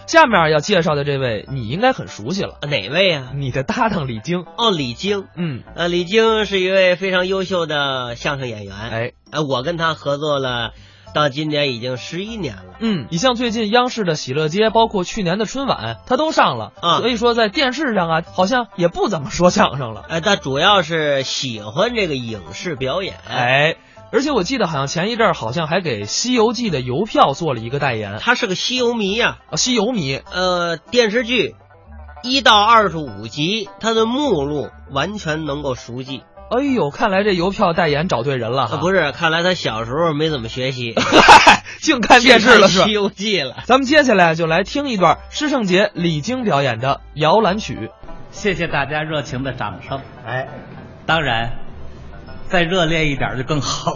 下面要介绍的这位你应该很熟悉了， 哪位啊？ 你的搭档李菁。 哦，李菁。李菁是一位非常优秀的相声演员。我跟他合作了到今年已经11年了。 你像最近央视的喜乐街，包括去年的春晚，他都上了啊。所以说在电视上啊，好像也不怎么说相声了。 他主要是喜欢这个影视表演。 而且我记得好像前一阵儿好像还给《西游记》的邮票做了一个代言。 他是个西游迷呀。 西游迷。 电视剧1到25集，他的目录完全能够熟记。 哎呦，看来这邮票代言找对人了。 不是，看来他小时候没怎么学习， 净看电视了是吧？ 《西游记》了。 咱们接下来就来听一段施圣杰、李菁表演的摇篮曲。 谢谢大家热情的掌声。当然再热烈一点就更好了。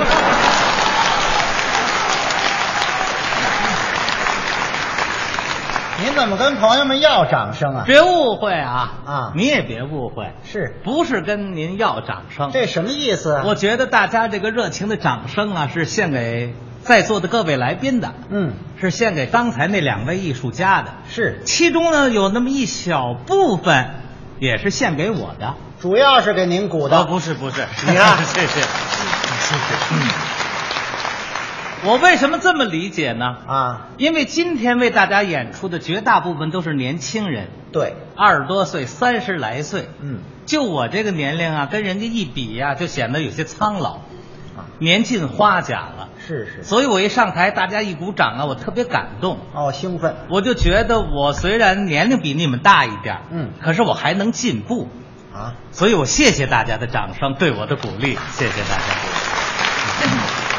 您怎么跟朋友们要掌声啊？ 别误会啊！你也别误会，不是跟您要掌声？ 这什么意思啊？ 我觉得大家这个热情的掌声啊，是献给在座的各位来宾的，是献给刚才那2位艺术家的，其中呢有那么一小部分也是献给我的， 主要是给您鼓的。 不是，你啊，谢谢。我为什么这么理解呢？因为今天为大家演出的绝大部分都是年轻人， 对 ，20多岁、30来岁，就我这个年龄啊，跟人家一比呀，就显得有些苍老，年近花甲了。 是， 所以我一上台，大家一鼓掌啊，我特别感动， 兴奋。 我就觉得我虽然年龄比你们大一点，可是我还能进步所以我谢谢大家的掌声，对我的鼓励，谢谢大家。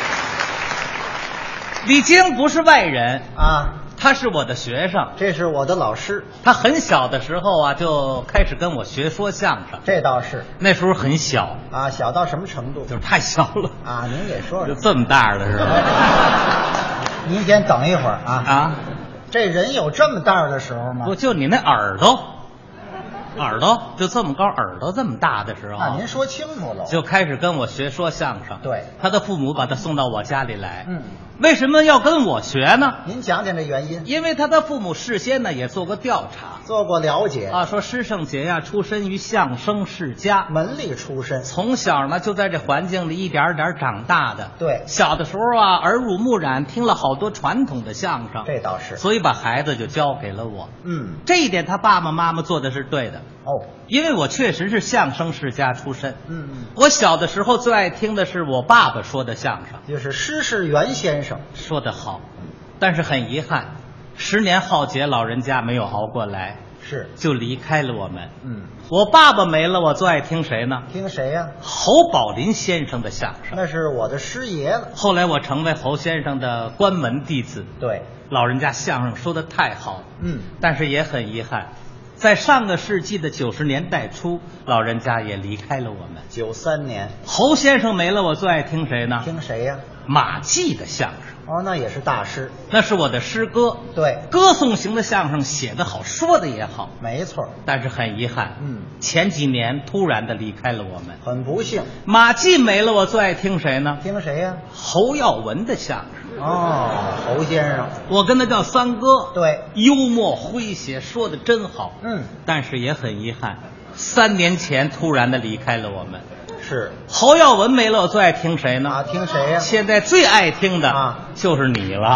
李菁不是外人他是我的学生， 这是我的老师。 他很小的时候啊，就开始跟我学说相声。 这倒是， 那时候很小小到什么程度？ 就是太小了您给说说。 就这么大的是吧？ 您先等一会儿这人有这么大的时候吗？ 不，就你那耳朵就这么高，耳朵这么大的时候， 您说清楚了。 就开始跟我学说相声。 对， 他的父母把他送到我家里来。为什么要跟我学呢？ 您讲讲这原因。 因为他的父母事先呢也做过调查， 做过了解说施圣杰呀出身于相声世家， 门里出身， 从小呢就在这环境里一点点长大的。 对， 小的时候耳濡目染，听了好多传统的相声。 这倒是， 所以把孩子就交给了我。这一点他爸爸妈妈做的是对的。因为我确实是相声世家出身。我小的时候最爱听的是我爸爸说的相声， 就是施世元先生说得好。但是很遗憾，10年浩劫，老人家没有熬过来，就离开了我们。我爸爸没了，我最爱听谁呢？ 听谁呀？ 侯宝林先生的相声。 那是我的师爷了。 后来我成为侯先生的关门弟子。 对， 老人家相声说得太好了。但是也很遗憾，在上个世纪的90年代初，老人家也离开了我们。 93年， 侯先生没了，我最爱听谁呢？ 听谁呀？ 马季的相声。 那也是大师， 那是我的师哥。 对， 歌颂型的相声写得好，说的也好， 没错。 但是很遗憾，前几年突然的离开了我们， 很不幸。 马季没了，我最爱听谁呢？ 听谁呀？ 侯耀文的相声。 侯先生， 我跟他叫三哥。 对， 幽默诙谐，说的真好。但是也很遗憾，3年前突然的离开了我们。 是， 侯耀文没了，我最爱听谁呢？ 听谁呀？ 现在最爱听的就是你了。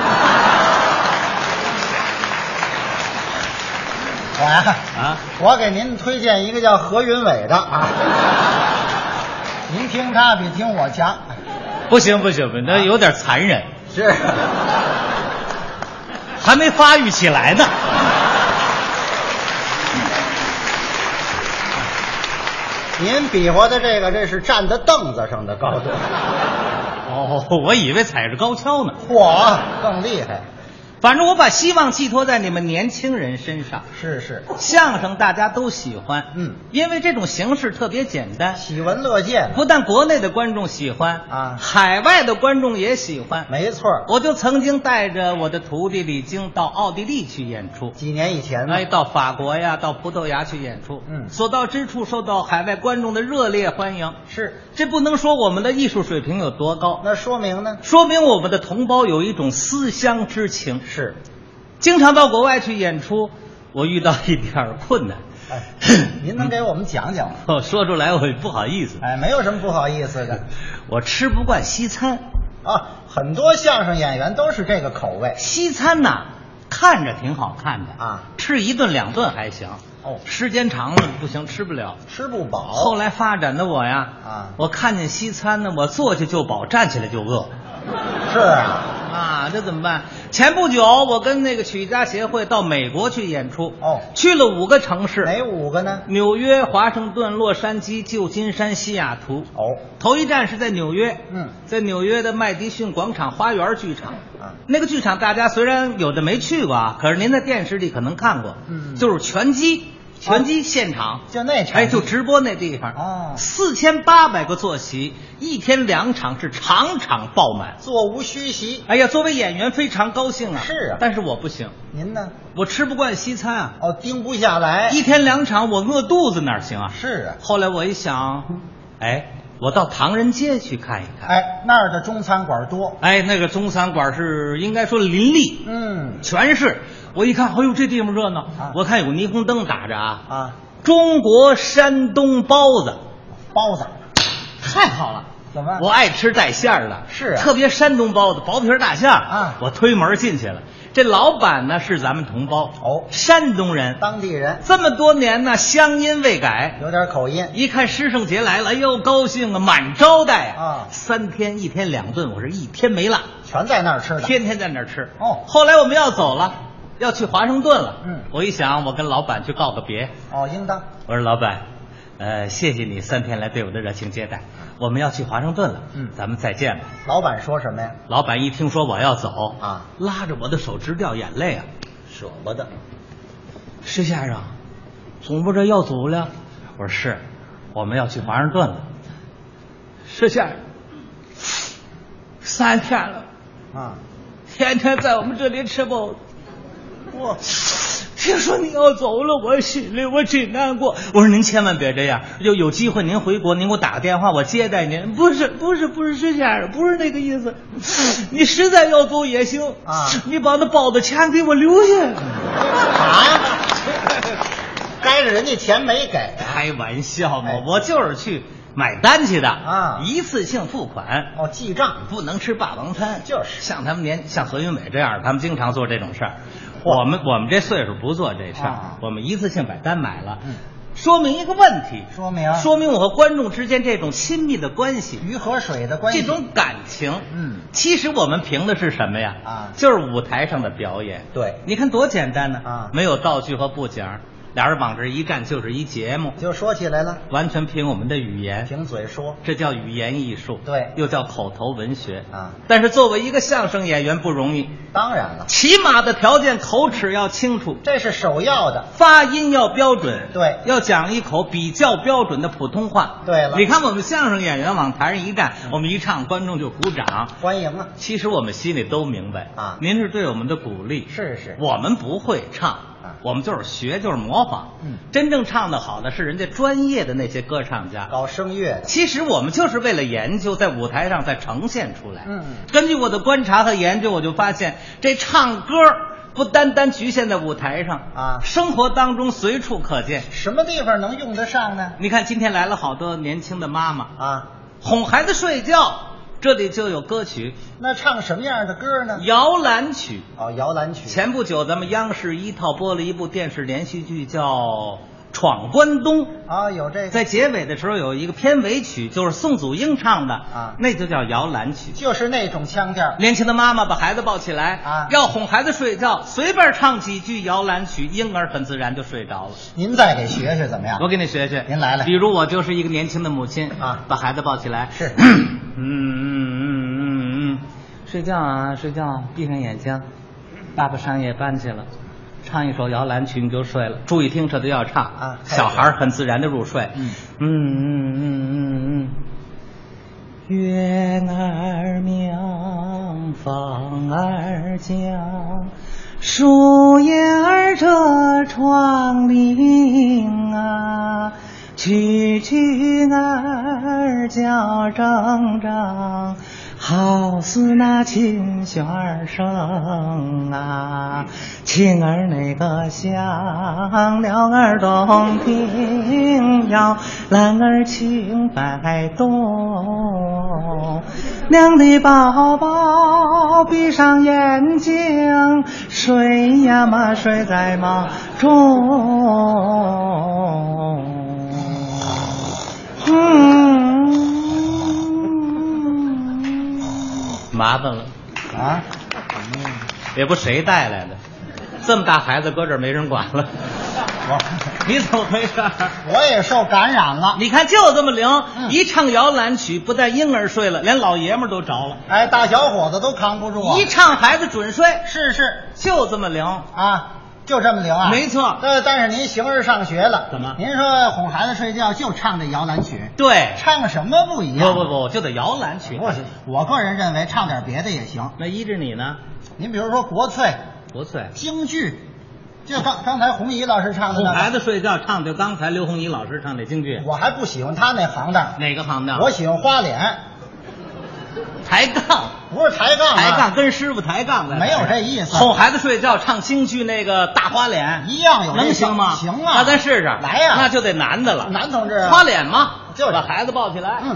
我给您推荐一个叫何云伟的您听他比听我强。 不行，那有点残忍。 是， 还没发育起来呢。 您比划的这是站在凳子上的高度。 我以为踩着高跷呢。 嚯，更厉害。 反正我把希望寄托在你们年轻人身上。 是， 相声大家都喜欢，因为这种形式特别简单， 喜闻乐见。 不但国内的观众喜欢海外的观众也喜欢。 没错， 我就曾经带着我的徒弟李菁到奥地利去演出， 几年以前呢？ 到法国呀，到葡萄牙去演出。所到之处受到海外观众的热烈欢迎。 是， 这不能说我们的艺术水平有多高， 那说明呢？ 说明我们的同胞有一种思乡之情。 是， 经常到国外去演出，我遇到一点困难。 您能给我们讲讲吗？ 说出来我也不好意思。 没有什么不好意思的。 我吃不惯西餐很多相声演员都是这个口味。 西餐呐，看着挺好看的吃1顿2顿还行。时间长了不行，吃不了， 吃不饱。 后来发展的我呀，我看见西餐呢，我坐下就饱，站起来就饿。 是啊， 这怎么办？前不久我跟那个曲艺家协会到美国去演出，去了5个城市。 哪5个呢？ 纽约、华盛顿、洛杉矶、旧金山、西雅图。头一站是在纽约，在纽约的麦迪逊广场花园剧场。那个剧场大家虽然有的没去过可是您在电视里可能看过，就是拳击现场， 就那场， 就直播那地方，4800个坐席，1天2场是场场爆满， 座无虚席。 作为演员非常高兴是但是我不行。 您呢？ 我吃不惯西餐盯不下来 ，1天2场我饿肚子哪行是后来我一想，我到唐人街去看一看。 那儿的中餐馆多。 那个中餐馆是应该说林立，全是。我一看，这地方热闹我看有个霓虹灯打着中国山东包子，太好了。 怎么？ 我爱吃带馅儿的， 是特别山东包子，薄皮大馅儿我推门进去了。这老板呢是咱们同胞山东人， 当地人， 这么多年呢乡音未改， 有点口音。 一看师胜节来了，高兴满招待3天1天2顿，我是1天没落， 全在那儿吃的， 天天在那儿吃。后来我们要走了，要去华盛顿了。我一想，我跟老板去告个别。 应当。 我说老板，谢谢你3天来对我的热情接待，我们要去华盛顿了，咱们再见吧。 老板说什么呀？ 老板一听说我要走拉着我的手直掉眼泪舍不得。 施先生，总部这要走了？我说是，我们要去华盛顿了。施先生，3天了天天在我们这里吃包子。听说你要走了，我心里我真难过。我说您千万别这样，有机会您回国，您给我打个电话，我接待您。不是施先生，不是那个意思。你实在要走也行你把那包子钱给我留下。 该是人家钱没给开玩笑嘛，我就是去买单去的一次性付款记账， 不能吃霸王餐。 就是像何云伟这样，他们经常做这种事儿。我们这岁数不做这事儿我们一次性把单买了。说明一个问题，说明我和观众之间这种亲密的关系， 鱼和水的关系， 这种感情。其实我们凭的是什么呀？就是舞台上的表演。 对， 你看多简单呢没有道具和布景，俩人往这一站就是一节目， 就说起来了， 完全凭我们的语言， 凭嘴说， 这叫语言艺术， 对， 又叫口头文学但是作为一个相声演员不容易， 当然了， 起码的条件口齿要清楚， 这是首要的， 发音要标准， 对， 要讲一口比较标准的普通话。 对了， 你看我们相声演员往台上一站，我们一唱，观众就鼓掌欢迎啊。 其实我们心里都明白您是对我们的鼓励， 是， 我们不会唱我们就是学，就是模仿。真正唱得好的是人家专业的那些歌唱家， 搞声乐的。 其实我们就是为了研究，在舞台上再呈现出来。根据我的观察和研究，我就发现这唱歌不单单局限在舞台上生活当中随处可见。 什么地方能用得上呢？ 你看今天来了好多年轻的妈妈哄孩子睡觉，这里就有歌曲。 那唱什么样的歌呢？ 摇篮曲。 摇篮曲。 前不久咱们央视1套播了一部电视连续剧叫《闯关东》 有这个。 在结尾的时候有一个片尾曲，就是宋祖英唱的那就叫摇篮曲， 就是那种腔调。 年轻的妈妈把孩子抱起来要哄孩子睡觉，随便唱几句摇篮曲，婴儿很自然就睡着了。 您再给学学怎么样？ 我给你学学。 您来了。 比如我就是一个年轻的母亲把孩子抱起来， 是睡觉睡觉，闭上眼睛，爸爸上夜班去了，唱一首摇篮曲你就睡了。注意听，这都要唱小孩很自然的入睡。月儿明，风儿叫，树叶儿遮窗棂蛐蛐儿叫铮铮， 好似那琴弦儿声啊，琴儿那个响，鸟儿动听，摇篮儿轻摆动。娘的宝宝闭上眼睛，睡呀嘛睡在梦中。麻烦了啊！也不谁带来的，这么大孩子搁这儿没人管了。你怎么回事？ 我也受感染了。 你看就这么灵，一唱摇篮曲，不但婴儿睡了，连老爷们都着了。 哎，大小伙子都扛不住啊！ 一唱孩子准睡， 是， 就这么灵啊！就这么灵啊！ 没错。 但是您形势上学了， 怎么？ 您说哄孩子睡觉就唱这摇篮曲？ 对， 唱什么不一样？ 不，就得摇篮曲。 不是，我个人认为唱点别的也行。 那依着你呢？ 您比如说国粹、京剧，就刚才红姨老师唱的哄孩子睡觉唱的，刚才刘洪怡老师唱的京剧。 我还不喜欢他那行当。 哪个行当？ 我喜欢花脸。 抬杠。 不是抬杠， 抬杠跟师傅抬杠的， 没有这意思。 哄孩子睡觉唱京剧那个大花脸一样有， 能行吗？ 行啊， 那咱试试。 来呀， 那就得男的了。 男同志啊， 花脸嘛， 就把孩子抱起来。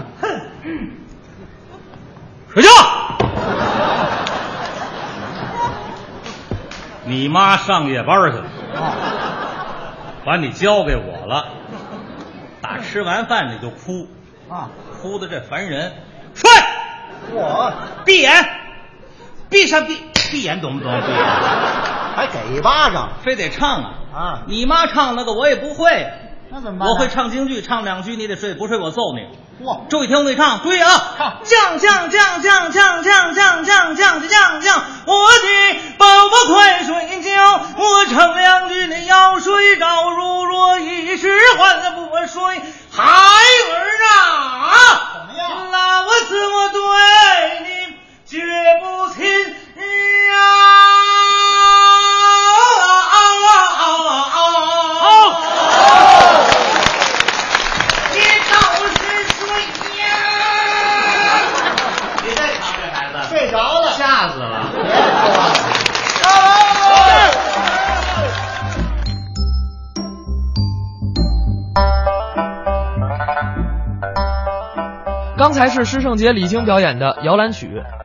睡觉。你妈上夜班去了，把你交给我了。打吃完饭你就哭啊， 哭的这烦人。睡。 我闭眼，闭眼，懂不懂？闭眼， 还给一巴掌， 非得唱啊！ 你妈唱那个我也不会， 那怎么办？ 我会唱京剧，唱2句你得睡，不睡我揍你。 哇！ 注意听，我给你唱，注意啊！降，我的宝宝快睡觉，我唱2句你要睡着，如若一时还不睡，孩儿啊！ 怎么样？ 老子我对你绝不亲你倒是睡呀！你再唱这孩子睡着了， 吓死了。 刚才是施圣杰、李菁表演的摇篮曲。